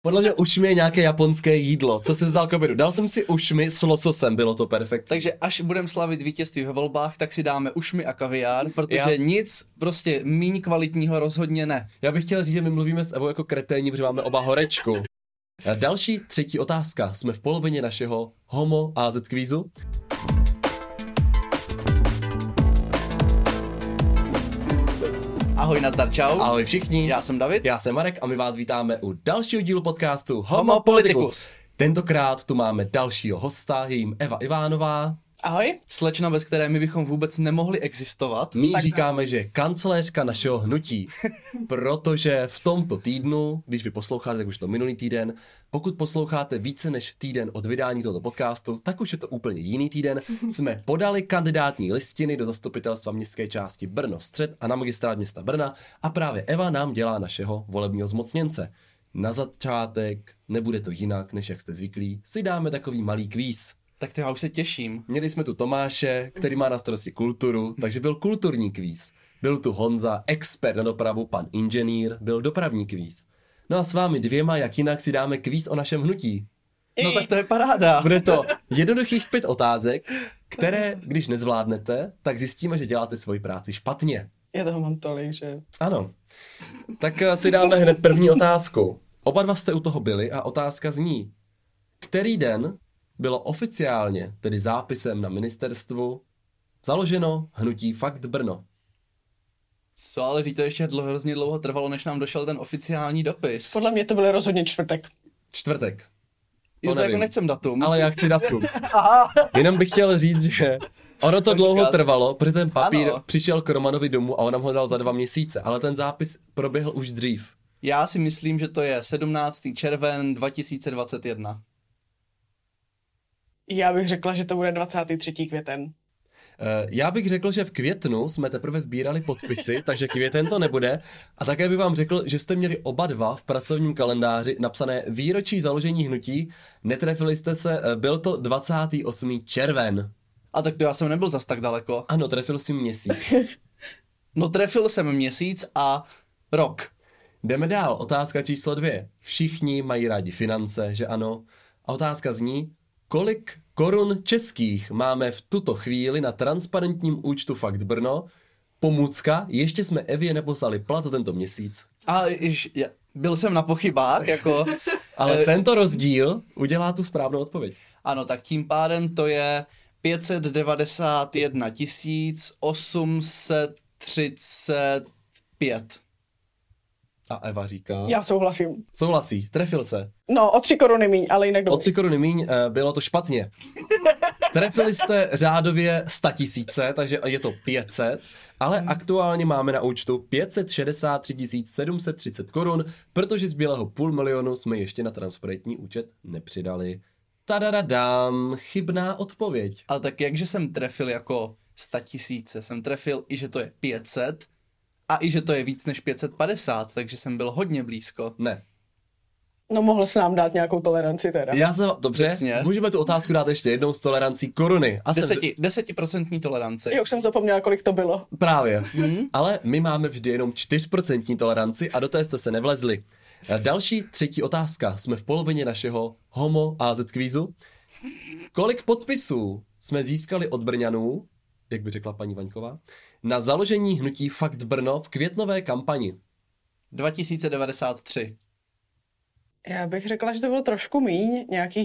Podle mě ušmi je nějaké japonské jídlo. Co jsi vzal k obědu? Dal jsem si ušmi s lososem, bylo to perfektní. Takže až budeme slavit vítězství ve volbách, tak si dáme ušmi a kaviár, protože nic prostě míň kvalitního rozhodně ne. Já bych chtěl říct, že my mluvíme s Evou jako kreténi, protože máme oba horečku. Další, třetí otázka. Jsme v polovině našeho Homo AZ kvízu. Ahoj, nazdar, čau. Ahoj všichni. Já jsem David. Já jsem Marek a my vás vítáme u dalšího dílu podcastu Homo Politicus. Tentokrát tu máme dalšího hosta, je jím Eva Ivánová. Ahoj. Slečna, bez které my bychom vůbec nemohli existovat. My říkáme, že je kancléřka našeho hnutí, protože v tomto týdnu, když vy posloucháte, tak už to minulý týden, pokud posloucháte více než týden od vydání tohoto podcastu, tak už je to úplně jiný týden, jsme podali kandidátní listiny do zastupitelstva městské části Brno Střed a na magistrát města Brna a právě Eva nám dělá našeho volebního zmocněnce. Na začátek, nebude to jinak, než jak jste zvyklí, si dáme takový malý kvíz. Tak to já už se těším. Měli jsme tu Tomáše, který má na starosti kulturu, takže byl kulturní kvíz. Byl tu Honza, expert na dopravu, pan inženýr, byl dopravní kvíz. No a s vámi dvěma, jak jinak, si dáme kvíz o našem hnutí. No tak to je paráda. Bude to jednoduchých 5 otázek, které, když nezvládnete, tak zjistíme, že děláte svoji práci špatně. Já toho mám tolik, že... Ano. Tak si dáme hned první otázku. Oba dva jste u toho byli a otázka zní. Který den bylo oficiálně, tedy zápisem na ministerstvu, založeno hnutí Fakt Brno? Co, ale to ještě hrozně dlouho trvalo, než nám došel ten oficiální dopis. Podle mě to byl rozhodně čtvrtek. Čtvrtek. Jo, to jako nechcem datum. Ale já chci datum. Jenom bych chtěl říct, že ono to dlouho trvalo, protože ten papír přišel k Romanovi domů a on nám ho dal za 2 měsíce, ale ten zápis proběhl už dřív. Já si myslím, že to je 17. červen 2021. Já bych řekla, že to bude 23. květen. Já bych řekl, že v květnu jsme teprve sbírali podpisy, takže květen to nebude. A také bych vám řekl, že jste měli oba dva v pracovním kalendáři napsané výročí založení hnutí. Netrefili jste se, byl to 28. červen. A tak to já jsem nebyl zas tak daleko. Ano, trefil si měsíc. No trefil jsem měsíc a rok. Jdeme dál, otázka číslo 2. Všichni mají rádi finance, že ano? A otázka zní, kolik korun českých máme v tuto chvíli na transparentním účtu Fakt Brno? Pomůcka, ještě jsme Evě neposlali plat za tento měsíc. A byl jsem na pochybách, jako... Ale tento rozdíl udělá tu správnou odpověď. Ano, tak tím pádem to je 591 835. A Eva říká... Já souhlasím. Souhlasí, trefil se. No, o 3 koruny míň, ale jinak dobrý. O 3 koruny míň, bylo to špatně. Trefili jste řádově 100 000, takže je to 500, ale aktuálně máme na účtu 563 730 korun, protože z bílého 500 000 jsme ještě na transparentní účet nepřidali. Tadadadám, chybná odpověď. Ale tak jakže jsem trefil jako 100 000, jsem trefil i, že to je 500 a i, že to je víc než 550, takže jsem byl hodně blízko. Ne. No mohl se nám dát nějakou toleranci teda. Dobře, přesně. Můžeme tu otázku dát ještě jednou s tolerancí koruny. 10% toleranci. Já už jsem zapomněla, kolik to bylo. Právě. Ale my máme vždy jenom 4% toleranci a do té jste se nevlezli. Další, třetí otázka. Jsme v polovině našeho Homo AZ kvízu. Kolik podpisů jsme získali od Brňanů, jak by řekla paní Vaňková, na založení hnutí Fakt Brno v květnové kampani? 2093. Já bych řekla, že to bylo trošku míň, nějakých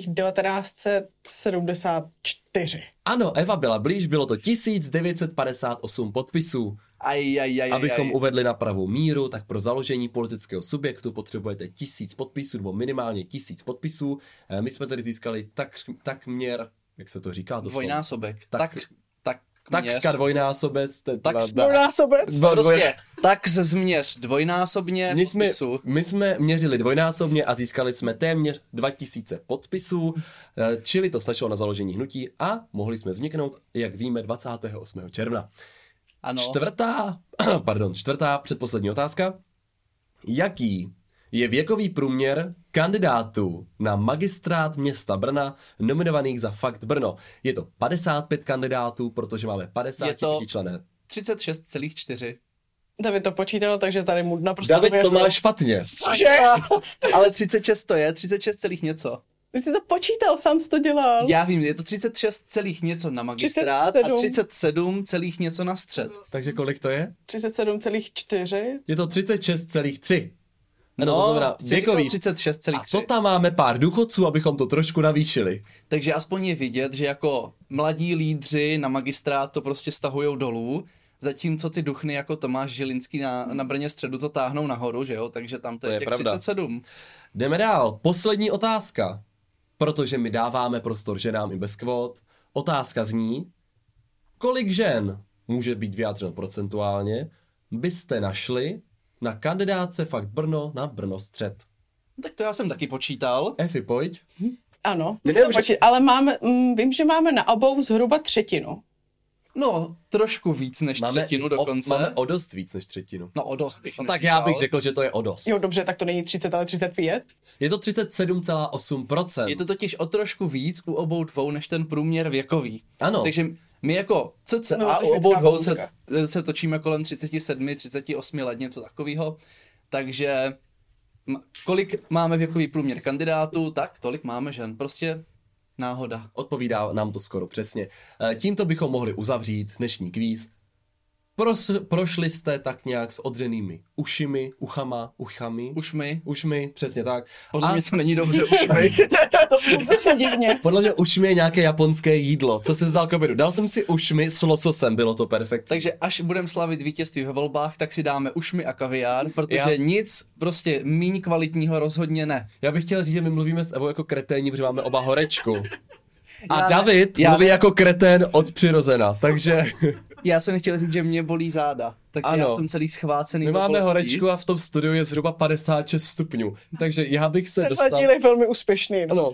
1974. Ano, Eva byla blíž, bylo to 1958 podpisů. Abychom uvedli na pravou míru, tak pro založení politického subjektu potřebujete 1000 podpisů, nebo minimálně 1000 podpisů. My jsme tady získali takměr, jak se to říká? To dvojnásobek. Takřka dvojnásobec. Dvojnásobec. Prostě tak se změř dvojnásobně podpisů. My jsme měřili dvojnásobně a získali jsme téměř 2000 podpisů, čili to stačilo na založení hnutí a mohli jsme vzniknout, jak víme, 28. června. Ano. Čtvrtá předposlední otázka. Jaký je věkový průměr kandidátů na magistrát města Brna nominovaných za Fakt Brno? Je to 55 kandidátů, protože máme 55 člené. 36,4. David to počítal, takže tady mu naprosto David to uvěřil. má špatně. Cože? Ale 36 to je, 36 celých něco. Ty jsi to počítal, sám jsi to dělal. Já vím, je to 36 celých něco na magistrát 37. a 37 celých něco na střed. Takže kolik to je? 37,4. Je to 36,3. No, to znamená jsi říkal věkový. 36 celých A co tam máme pár důchodců, abychom to trošku navýšili? Takže aspoň je vidět, že jako mladí lídři na magistrát to prostě stahujou dolů, zatímco ty duchny jako Tomáš Žilinský na Brně středu to táhnou nahoru, že jo, takže tam to je těch pravda. 37. Jdeme dál. Poslední otázka. Protože my dáváme prostor ženám i bez kvót. Otázka zní, kolik žen může být vyjádřeno procentuálně, byste našli na kandidátce Fakt Brno na Brno střed. Tak to já jsem taky počítal. Efi, pojď. Ano, Nevím, že- ale máme, vím, že máme na obou zhruba třetinu. No, trošku víc než třetinu dokonce. Máme o dost víc než třetinu. No o dost bych No tak já bych řekl, že to je o dost. Jo, dobře, tak to není 30, ale 35. Je to 37,8%. Je to totiž o trošku víc u obou dvou než ten průměr věkový. Ano. Takže my jako cca No, u obou technická dvou pomůcka. se točíme kolem 37, 38 let, něco takového. Takže kolik máme věkový průměr kandidátů, tak tolik máme žen. Prostě náhoda. Odpovídá nám to skoro přesně. Tímto bychom mohli uzavřít dnešní kvíz. Prošli jste tak nějak s odřenými ušami, ušmi, přesně tak. Podle A mě to není dobře už. To vůbec divně. podle mě ušmi je nějaké japonské jídlo. Co se zdal k obědu? Dal jsem si ušmi s lososem, bylo to perfektní. Takže až budeme slavit vítězství ve volbách, tak si dáme ušmi a kaviár, protože Já- nic prostě míň kvalitního rozhodně ne. Já bych chtěl říct, že my mluvíme s Evou jako kreténi, protože máme oba horečku. A Já ne- David já mluví ne- jako kretén od přirozena, takže Já jsem chtěl říct, že mě bolí záda, takže Ano. já jsem celý schvácený my do máme bolestí. horečku a v tom studiu je zhruba 56 stupňů. Takže já bych se Tenhle dostal... díl je velmi úspěšný. No. Ano,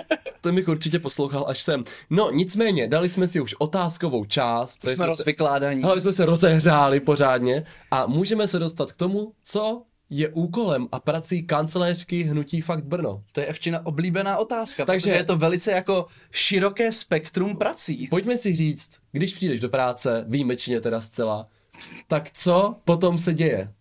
to bych určitě poslouchal až sem. No nicméně, dali jsme si už otázkovou část. Už jsme rozvykládání. Hele, jsme se rozehřáli pořádně a můžeme se dostat k tomu, co je úkolem a prací kancelářky Hnutí Fakt Brno. To je Evčina oblíbená otázka, Takže- protože je to velice jako široké spektrum prací. Pojďme si říct, když přijdeš do práce, výjimečně teda zcela, tak co potom se děje?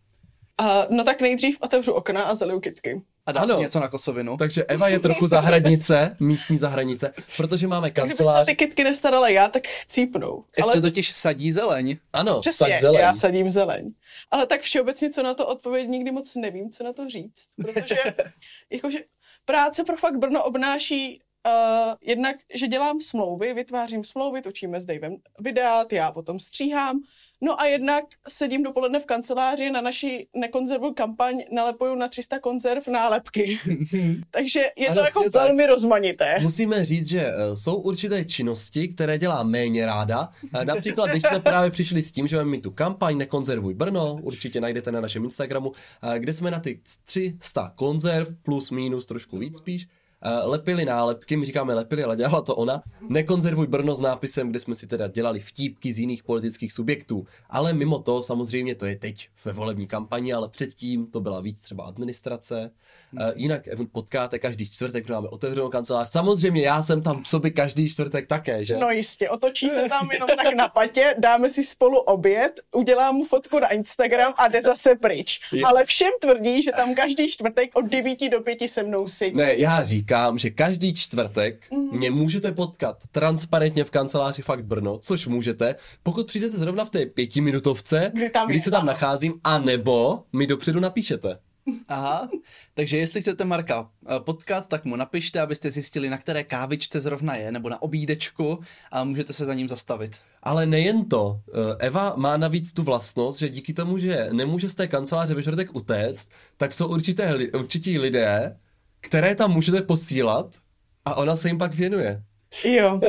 No tak nejdřív otevřu okna a zaliju kytky. A dá Ano. si něco na kosovinu. Takže Eva je trochu zahradnice, místní zahradnice, protože máme Kdyby se kancelář. ty kytky nestarala já, tak chcípnou. Ještě Ale totiž sadí zeleň. Ano, přesně, saď zeleň. já sadím zeleň. Ale tak všeobecně, co na to odpověď, nikdy moc nevím, co na to říct. Protože jakože práce pro Fakt Brno obnáší jednak, že dělám smlouvy, vytvářím smlouvy, točíme s Davem videa, já potom stříhám. No a jednak sedím dopoledne v kanceláři na naši nekonzervu kampaň, nalepuju na 300 konzerv nálepky. Takže je Ano, to jako přesně tak. velmi rozmanité. Musíme říct, že jsou určité činnosti, které dělá méně ráda. Například, když jsme právě přišli s tím, že máme mít tu kampaň Nekonzervuj Brno, určitě najdete na našem Instagramu, kde jsme na ty 300 konzerv plus minus trošku víc spíš, lepili nálepky, my říkáme lepili, ale dělala to ona, Nekonzervuj Brno s nápisem, kde jsme si teda dělali vtípky z jiných politických subjektů. Ale mimo to, samozřejmě to je teď ve volební kampani, ale předtím to byla víc třeba administrace. Jinak potkáte každý čtvrtek, protože máme otevřenou kancelář. Samozřejmě já jsem tam v sobě každý čtvrtek také, že? No jistě, otočí se tam jenom tak na patě, dáme si spolu oběd, udělám mu fotku na Instagram a jde zase pryč. Ale všem tvrdí, že tam každý čtvrtek od 9 do 5 se mnou sedí. Ne, já říkám, že každý čtvrtek mě můžete potkat transparentně v kanceláři Fakt Brno, což můžete, pokud přijdete zrovna v té 5minutovce, kdy se tam nacházím, anebo mi dopředu napíšete. Aha, takže jestli chcete Marka potkat, tak mu napište, abyste zjistili, na které kávičce zrovna je, nebo na obídečku a můžete se za ním zastavit. Ale nejen to, Eva má navíc tu vlastnost, že díky tomu, že nemůže z té kanceláře ve čtvrtek utéct, tak jsou určití lidé, které tam můžete posílat a ona se jim pak věnuje. Jo.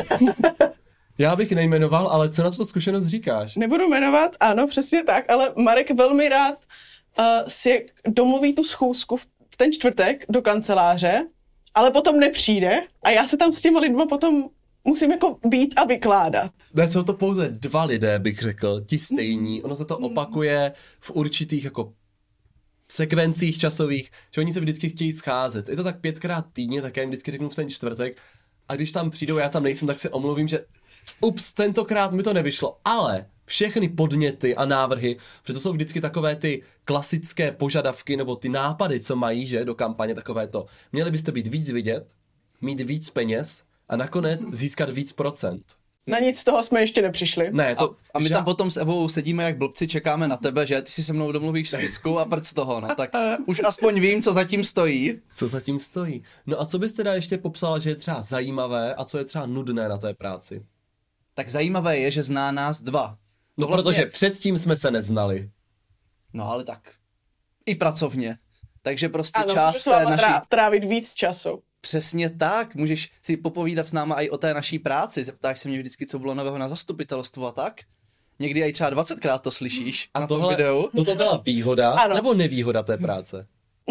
Já bych nejmenoval, ale co na tuto zkušenost říkáš? Nebudu jmenovat, ano, přesně tak, ale Marek velmi rád si domluví tu schůzku v ten čtvrtek do kanceláře, ale potom nepřijde a já se tam s těma lidma potom musím jako být a vykládat. Ne, jsou to pouze 2 lidé, bych řekl, ti stejní. Ono se to opakuje v určitých jako sekvencích časových, že oni se vždycky chtějí scházet. Je to tak 5krát týdně, tak já jim vždycky řeknu v ten čtvrtek a když tam přijdou, já tam nejsem, tak se omluvím, že ups, tentokrát mi to nevyšlo, ale všechny podněty a návrhy, protože to jsou vždycky takové ty klasické požadavky nebo ty nápady, co mají, že, do kampaně, takové to. Měli byste být víc vidět, mít víc peněz a nakonec získat víc procent. Na nic z toho jsme ještě nepřišli. Ne, to... A my tam potom s Evou sedíme jak blbci, čekáme na tebe, že ty si se mnou domluvíš schůzku a prd z toho, no tak už aspoň vím, co zatím stojí. Co zatím stojí. No a co byste teda ještě popsala, že je třeba zajímavé a co je třeba nudné na té práci? Tak zajímavé je, že zná nás dva. No vlastně... protože předtím jsme se neznali. No ale tak i pracovně. Takže prostě ano, část té naší... trávit víc času. Přesně tak, můžeš si popovídat s náma i o té naší práci. Zeptáš se mě vždycky, co bylo nového na zastupitelstvu a tak. Někdy i třeba 20krát to slyšíš A na tohle, tom videu. toto byla výhoda Ano. nebo nevýhoda té práce?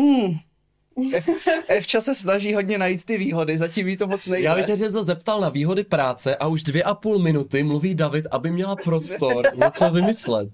Evča se snaží hodně najít ty výhody, zatím jí to moc nejde. Já bych tě něco zeptal na výhody práce a už 2,5 minuty mluví David, aby měla prostor něco vymyslet.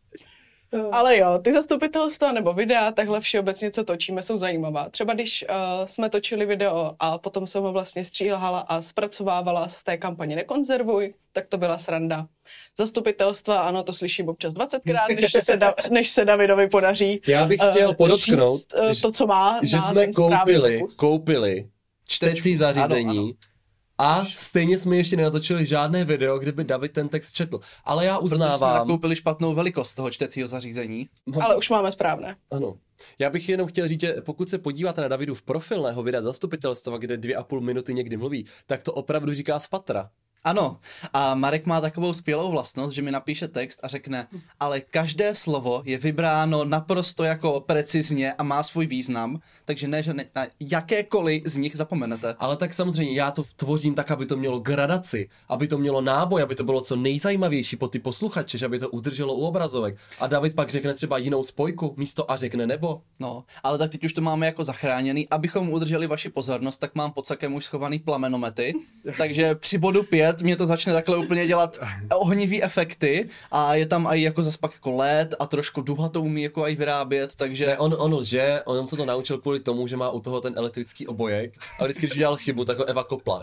Ale jo, ty zastupitelstva nebo videa, takhle všeobecně, co točíme, jsou zajímavá. Třeba když jsme točili video a potom jsem ho vlastně stříhala a zpracovávala z té kampaně Nekonzervuj, tak to byla sranda. Zastupitelstva, ano, to slyším občas 20krát, než se Davidovi podaří. Já bych chtěl podotknout, to, co má že na jsme ten správný pokus. koupili čtecí zařízení. Ano. A stejně jsme ještě nenatočili žádné video, kde by David ten text četl. Ale já uznávám... Protože jsme nakoupili špatnou velikost toho čtecího zařízení. Ale už máme správné. Ano. Já bych jenom chtěl říct, že pokud se podíváte na Davidův profil, na jeho videa zastupitelstva, kde 2,5 minuty někdy mluví, tak to opravdu říká z patra. Ano, a Marek má takovou skvělou vlastnost, že mi napíše text a řekne, ale každé slovo je vybráno naprosto jako precizně a má svůj význam, takže ne, že na jakékoliv z nich zapomenete. Ale tak samozřejmě já to tvořím tak, aby to mělo gradaci, aby to mělo náboj, aby to bylo co nejzajímavější pro ty posluchače, že aby to udrželo u obrazovek. A David pak řekne třeba jinou spojku místo a řekne nebo. No, ale tak teď už to máme jako zachráněný. Abychom udrželi vaši pozornost, tak mám pod sakem už schovaný plamenomety, takže při bodu 5 mě to začne takhle úplně dělat ohnivý efekty a je tam i jako zas pak jako LED a trošku duha to umí jako i vyrábět, takže... Ne, on lže, on se to naučil kvůli tomu, že má u toho ten elektrický obojek a vždycky, když udělal chybu, tak ho Eva kopla.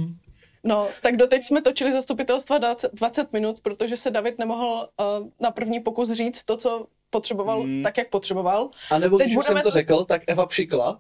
No, tak doteď jsme točili zastupitelstva 20 minut, protože se David nemohl na první pokus říct to, co potřeboval, tak, jak potřeboval. A nebo když už jsem to řekl, tak Eva přikla.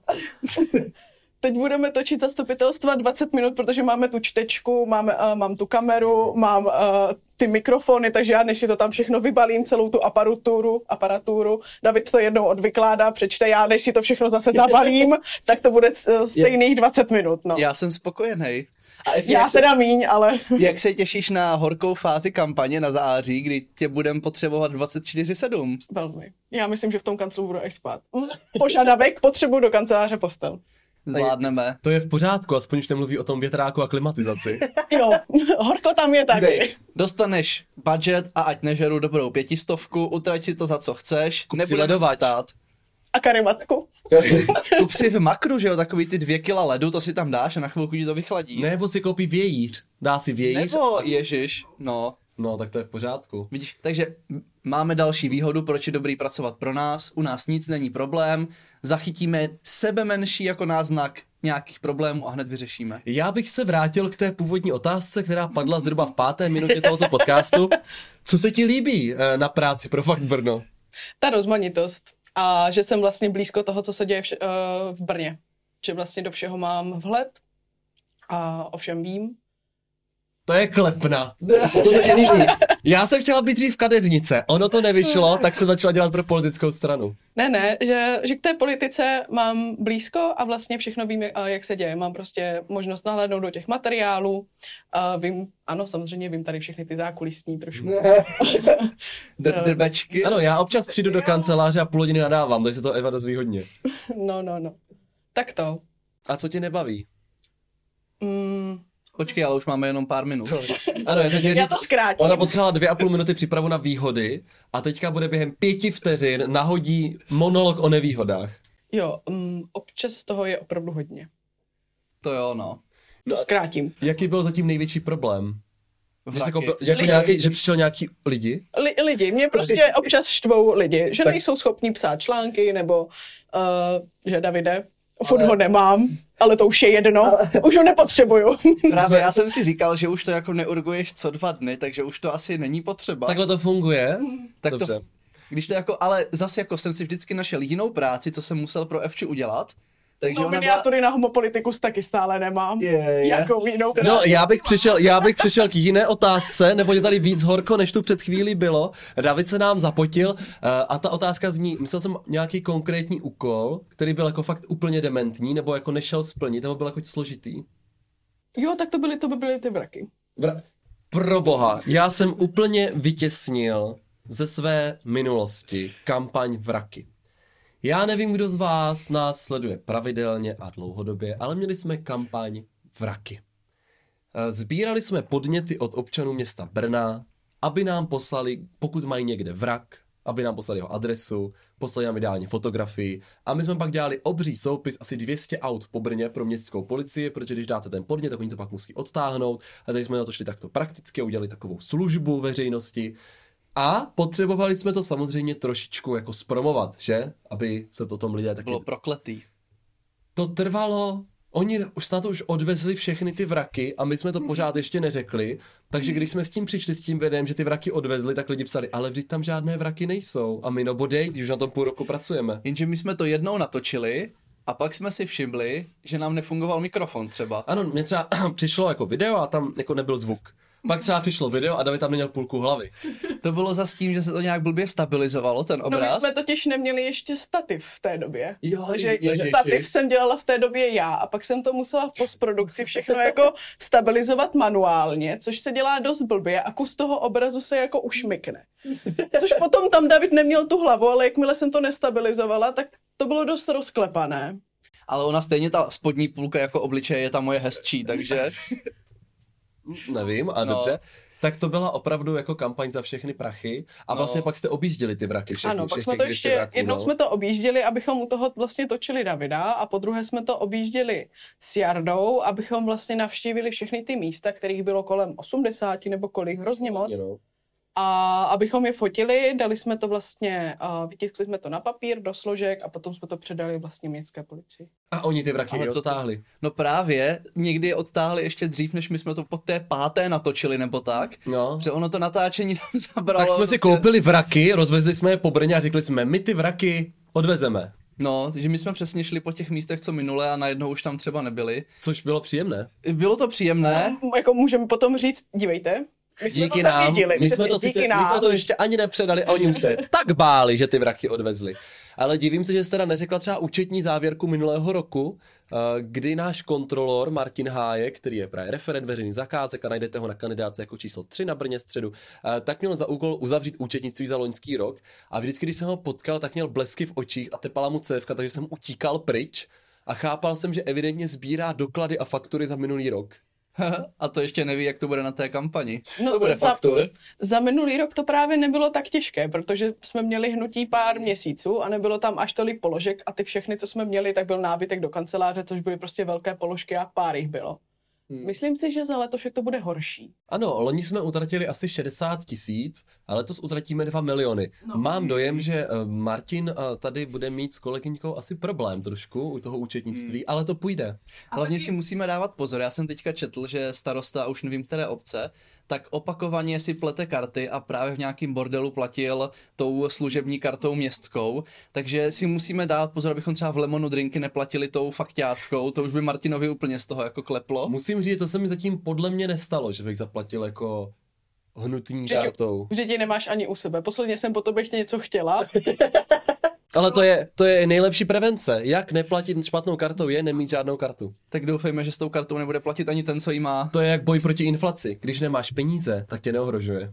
Teď budeme točit zastupitelstva 20 minut, protože máme tu čtečku, mám tu kameru, mám ty mikrofony, takže já než si to tam všechno vybalím, celou tu aparaturu, David to jednou odvykládá, přečte, já než si to všechno zase zabalím, tak to bude stejných 20 minut. No. Já jsem spokojený. Já teda míň, ale... Jak se těšíš na horkou fázi kampaně na září, kdy tě budeme potřebovat 24/7? Velmi. Já myslím, že v tom kanclu budu až spát. Požadavek, potřebuji do kanceláře postel. Zvládneme. To je v pořádku, aspoň už nemluví o tom větráku a klimatizaci. Jo, horko tam je taky. Dostaneš budget a ať nežeru dobrou 500, utrať si to za co chceš, nebudeme stát. A karimatku. Kup si v Makru, že jo, takový ty 2 kila ledu, to si tam dáš a na chvilku ti to vychladí. Nebo si koupí vějíř. Dá si vějíř. Nebo ježiš, no. No, tak to je v pořádku. Vidíš, takže máme další výhodu, proč je dobrý pracovat pro nás. U nás nic není problém, zachytíme sebe menší jako náznak nějakých problémů a hned vyřešíme. Já bych se vrátil k té původní otázce, která padla zhruba v 5. minutě tohoto podcastu. Co se ti líbí na práci pro Fakt Brno? Ta rozmanitost a že jsem vlastně blízko toho, co se děje v Brně. Že vlastně do všeho mám vhled a o všem vím. To je klepna. Co se ti líbí? Já jsem chtěla být dřív kadeřnice. Ono to nevyšlo, tak jsem začala dělat pro politickou stranu. Ne, že k té politice mám blízko a vlastně všechno vím, jak se děje. Mám prostě možnost nahlédnout do těch materiálů. Vím, ano, samozřejmě vím tady všechny ty zákulisní trošku. Drbečky. Ano, já občas přijdu do kanceláře a půl hodiny nadávám, takže se to Eva dozví hodně. No. Tak to. A co tě nebaví? Počkej, ale už máme jenom pár minut. Ano, já to zkrátím. Ona potřebovala 2,5 minuty přípravu na výhody a teďka bude během 5 vteřin nahodí monolog o nevýhodách. Jo, občas toho je opravdu hodně. To jo, no. To zkrátím. Jaký byl zatím největší problém? Že že přišel nějaký lidi? Lidi, mě prostě občas štvou lidi, že nejsou schopní psát články, nebo že Davide, furt ho nemám. ale to už je jedno, už ho nepotřebuju. Právě já jsem si říkal, že už to jako neurguješ co 2 dny, takže už to asi není potřeba. Takhle to funguje? Tak Dobře. Když to jako, ale zase jako jsem si vždycky našel jinou práci, co jsem musel pro Evču udělat. Takže No, ona miniatury na homopolitikus taky stále nemám. Jakou jinou práci. No, já bych přišel k jiné otázce, nebo je tady víc horko, než tu před chvílí bylo. David se nám zapotil a ta otázka zní, myslel jsem nějaký konkrétní úkol, který byl jako fakt úplně dementní, nebo jako nešel splnit, nebo byl jako složitý. Jo, tak to by byly ty vraky. Pro boha, já jsem úplně vytěsnil ze své minulosti kampaň Vraky. Já nevím, kdo z vás nás sleduje pravidelně a dlouhodobě, ale měli jsme kampaň Vraky. Sbírali jsme podněty od občanů města Brna, aby nám poslali, pokud mají někde vrak, aby nám poslali jeho adresu, poslali nám ideálně fotografii a my jsme pak dělali obří soupis asi 200 aut po Brně pro městskou policii, protože když dáte ten podnět, tak oni to pak musí odtáhnout a tady jsme na to šli takto prakticky a udělali takovou službu veřejnosti. A potřebovali jsme to samozřejmě trošičku jako zpromovat, že? Aby se to tom lidé taky... Bylo prokletý. To trvalo, oni už snad už odvezli všechny ty vraky a my jsme to pořád ještě neřekli, takže když jsme s tím přišli s tím videem, že ty vraky odvezli, tak lidi psali, ale vždyť tam žádné vraky nejsou a my no bodej, když už na tom půl roku pracujeme. Jenže my jsme to jednou natočili a pak jsme si všimli, že nám nefungoval mikrofon třeba. Ano, mě třeba přišlo jako video a tam jako nebyl zvuk. Pak třeba přišlo video a David tam neměl půlku hlavy. To bylo za tím, že se to nějak blbě stabilizovalo, ten obraz. No my jsme totiž neměli ještě stativ v té době. Jo, takže ježiši. stativ jsem dělala v té době já a pak jsem to musela v postprodukci všechno jako stabilizovat manuálně, což se dělá dost blbě a kus toho obrazu se jako ušmykne. Což potom tam David neměl tu hlavu, ale jakmile jsem to nestabilizovala, tak to bylo dost rozklepané. Ale ona stejně ta spodní půlka jako obličeje je ta moje hezčí, takže... Nevím, a dobře. Tak to byla opravdu jako kampaň za všechny prachy a vlastně pak jste objížděli ty vraky všechny. Ano, pak jsme to ještě, vraků, jednou jsme to objížděli, abychom u toho vlastně točili Davida a po druhé jsme to objížděli s Jardou, abychom vlastně navštívili všechny ty místa, kterých bylo kolem 80 nebo kolik, hrozně moc. A abychom je fotili, dali jsme to vlastně, vytiskli jsme to na papír, do složek a potom jsme to předali vlastně městské policii. A oni ty vraky odtáhli. No právě, někdy je odtáhli ještě dřív, než my jsme to po té 5. natočili nebo tak. No. Že ono to natáčení tam zabralo. Tak jsme si koupili vraky, rozvezli jsme je po Brně a řekli jsme, my ty vraky odvezeme. No, takže my jsme přesně šli po těch místech, co minule a najednou už tam třeba nebyli. Což bylo příjemné. Bylo to příjemné. No, jako můžeme potom říct, dívejte, my jsme díky to nám, zavěděli, my jsme to ještě ani nepředali a oni už se tak báli, že ty vraky odvezli. Ale divím se, že jste teda neřekla třeba účetní závěrku minulého roku, kdy náš kontrolor Martin Hájek, který je právě referent veřejných zakázek a najdete ho na kandidáce jako číslo 3 na Brně středu, tak měl za úkol uzavřít účetnictví za loňský rok a vždycky, když jsem ho potkal, tak měl blesky v očích a tepala mu cévka, takže jsem utíkal pryč a chápal jsem, že evidentně sbírá doklady a faktury za minulý rok. A to ještě neví, jak to bude na té kampani. No, to bude faktur. Za minulý rok to právě nebylo tak těžké, protože jsme měli hnutí pár měsíců a nebylo tam až tolik položek a ty všechny, co jsme měli, tak byl nábytek do kanceláře, což byly prostě velké položky a pár jich bylo. Myslím si, že za letošek to bude horší. Ano, loni jsme utratili asi 60 000, a letos utratíme 2 miliony. Mám dojem, že Martin tady bude mít s kolegyňkou asi problém trošku u toho účetnictví, ale to půjde. Hlavně si musíme dávat pozor. Já jsem teďka četl, že starosta, už nevím které obce, tak opakovaně si plete karty a právě v nějakém bordelu platil tou služební kartou městskou, takže si musíme dát pozor, abychom třeba v Lemonu drinky neplatili tou fakťáckou, to už by Martinovi úplně z toho jako kleplo. Musím říct, to se mi zatím podle mě nestalo, že bych zaplatil jako hnutní kartou. Že ti nemáš ani u sebe. Posledně jsem po tobě něco chtěla. Ale to je nejlepší prevence. Jak neplatit špatnou kartou je nemít žádnou kartu. Tak doufejme, že s tou kartou nebude platit ani ten, co jí má. To je jak boj proti inflaci. Když nemáš peníze, tak tě neohrožuje.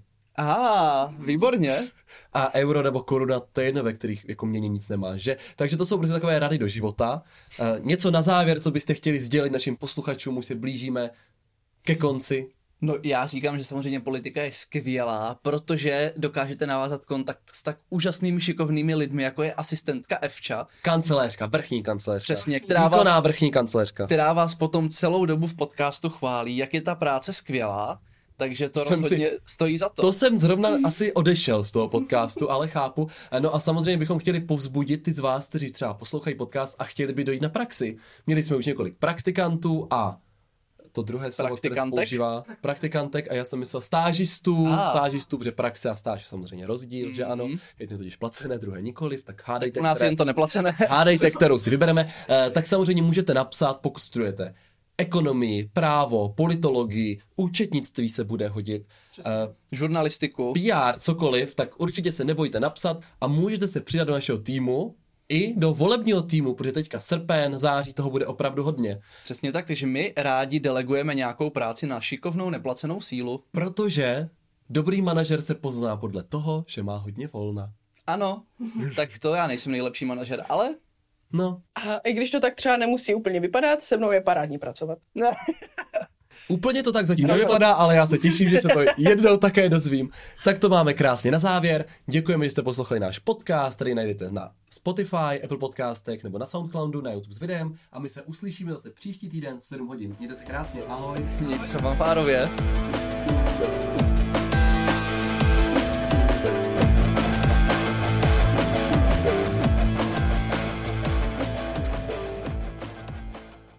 Výborně. A euro nebo koruna, to je jedno, ve kterých jako měně nic nemáš, že? Takže to jsou prostě takové rady do života. Něco na závěr, co byste chtěli sdělit našim posluchačům, už se blížíme ke konci. No já říkám, že samozřejmě politika je skvělá, protože dokážete navázat kontakt s tak úžasnými šikovnými lidmi, jako je asistentka Evča. Kancelářka, vrchní kancelářka. Přesně, vrchní kancelářka. Která vás potom celou dobu v podcastu chválí, jak je ta práce skvělá. takže to rozhodně stojí za to. To jsem zrovna asi odešel z toho podcastu, ale chápu. No a samozřejmě bychom chtěli povzbudit ty z vás, kteří třeba poslouchají podcast a chtěli by dojít na praxi. Měli jsme už několik praktikantů a to druhé slovo, které se používá, praktikantek, a já jsem myslel stážistů, protože praxe a stáž je samozřejmě rozdíl, že ano, jedno totiž placené, druhé nikoliv, tak hádejte, u nás jen to neplacené. Hádejte, kterou si vybereme. Tak samozřejmě můžete napsat, pokud studujete ekonomii, právo, politologii, účetnictví se bude hodit, žurnalistiku, PR, cokoliv, tak určitě se nebojte napsat a můžete se přidat do našeho týmu, i do volebního týmu, protože teďka srpen, září, toho bude opravdu hodně. Přesně tak, takže my rádi delegujeme nějakou práci na šikovnou neplacenou sílu. Protože dobrý manažer se pozná podle toho, že má hodně volna. Ano, tak to já nejsem nejlepší manažer, ale... No. A i když to tak třeba nemusí úplně vypadat, se mnou je parádní pracovat. Úplně to tak zatím nevypadá, ale já se těším, že se to jednou také dozvím. Tak to máme krásně na závěr. Děkujeme, že jste poslouchali náš podcast, který najdete na Spotify, Apple Podcastech nebo na Soundcloudu, na YouTube s videem a my se uslyšíme zase příští týden v 7 hodin. Mějte se krásně, ahoj. Mějte se vám párově.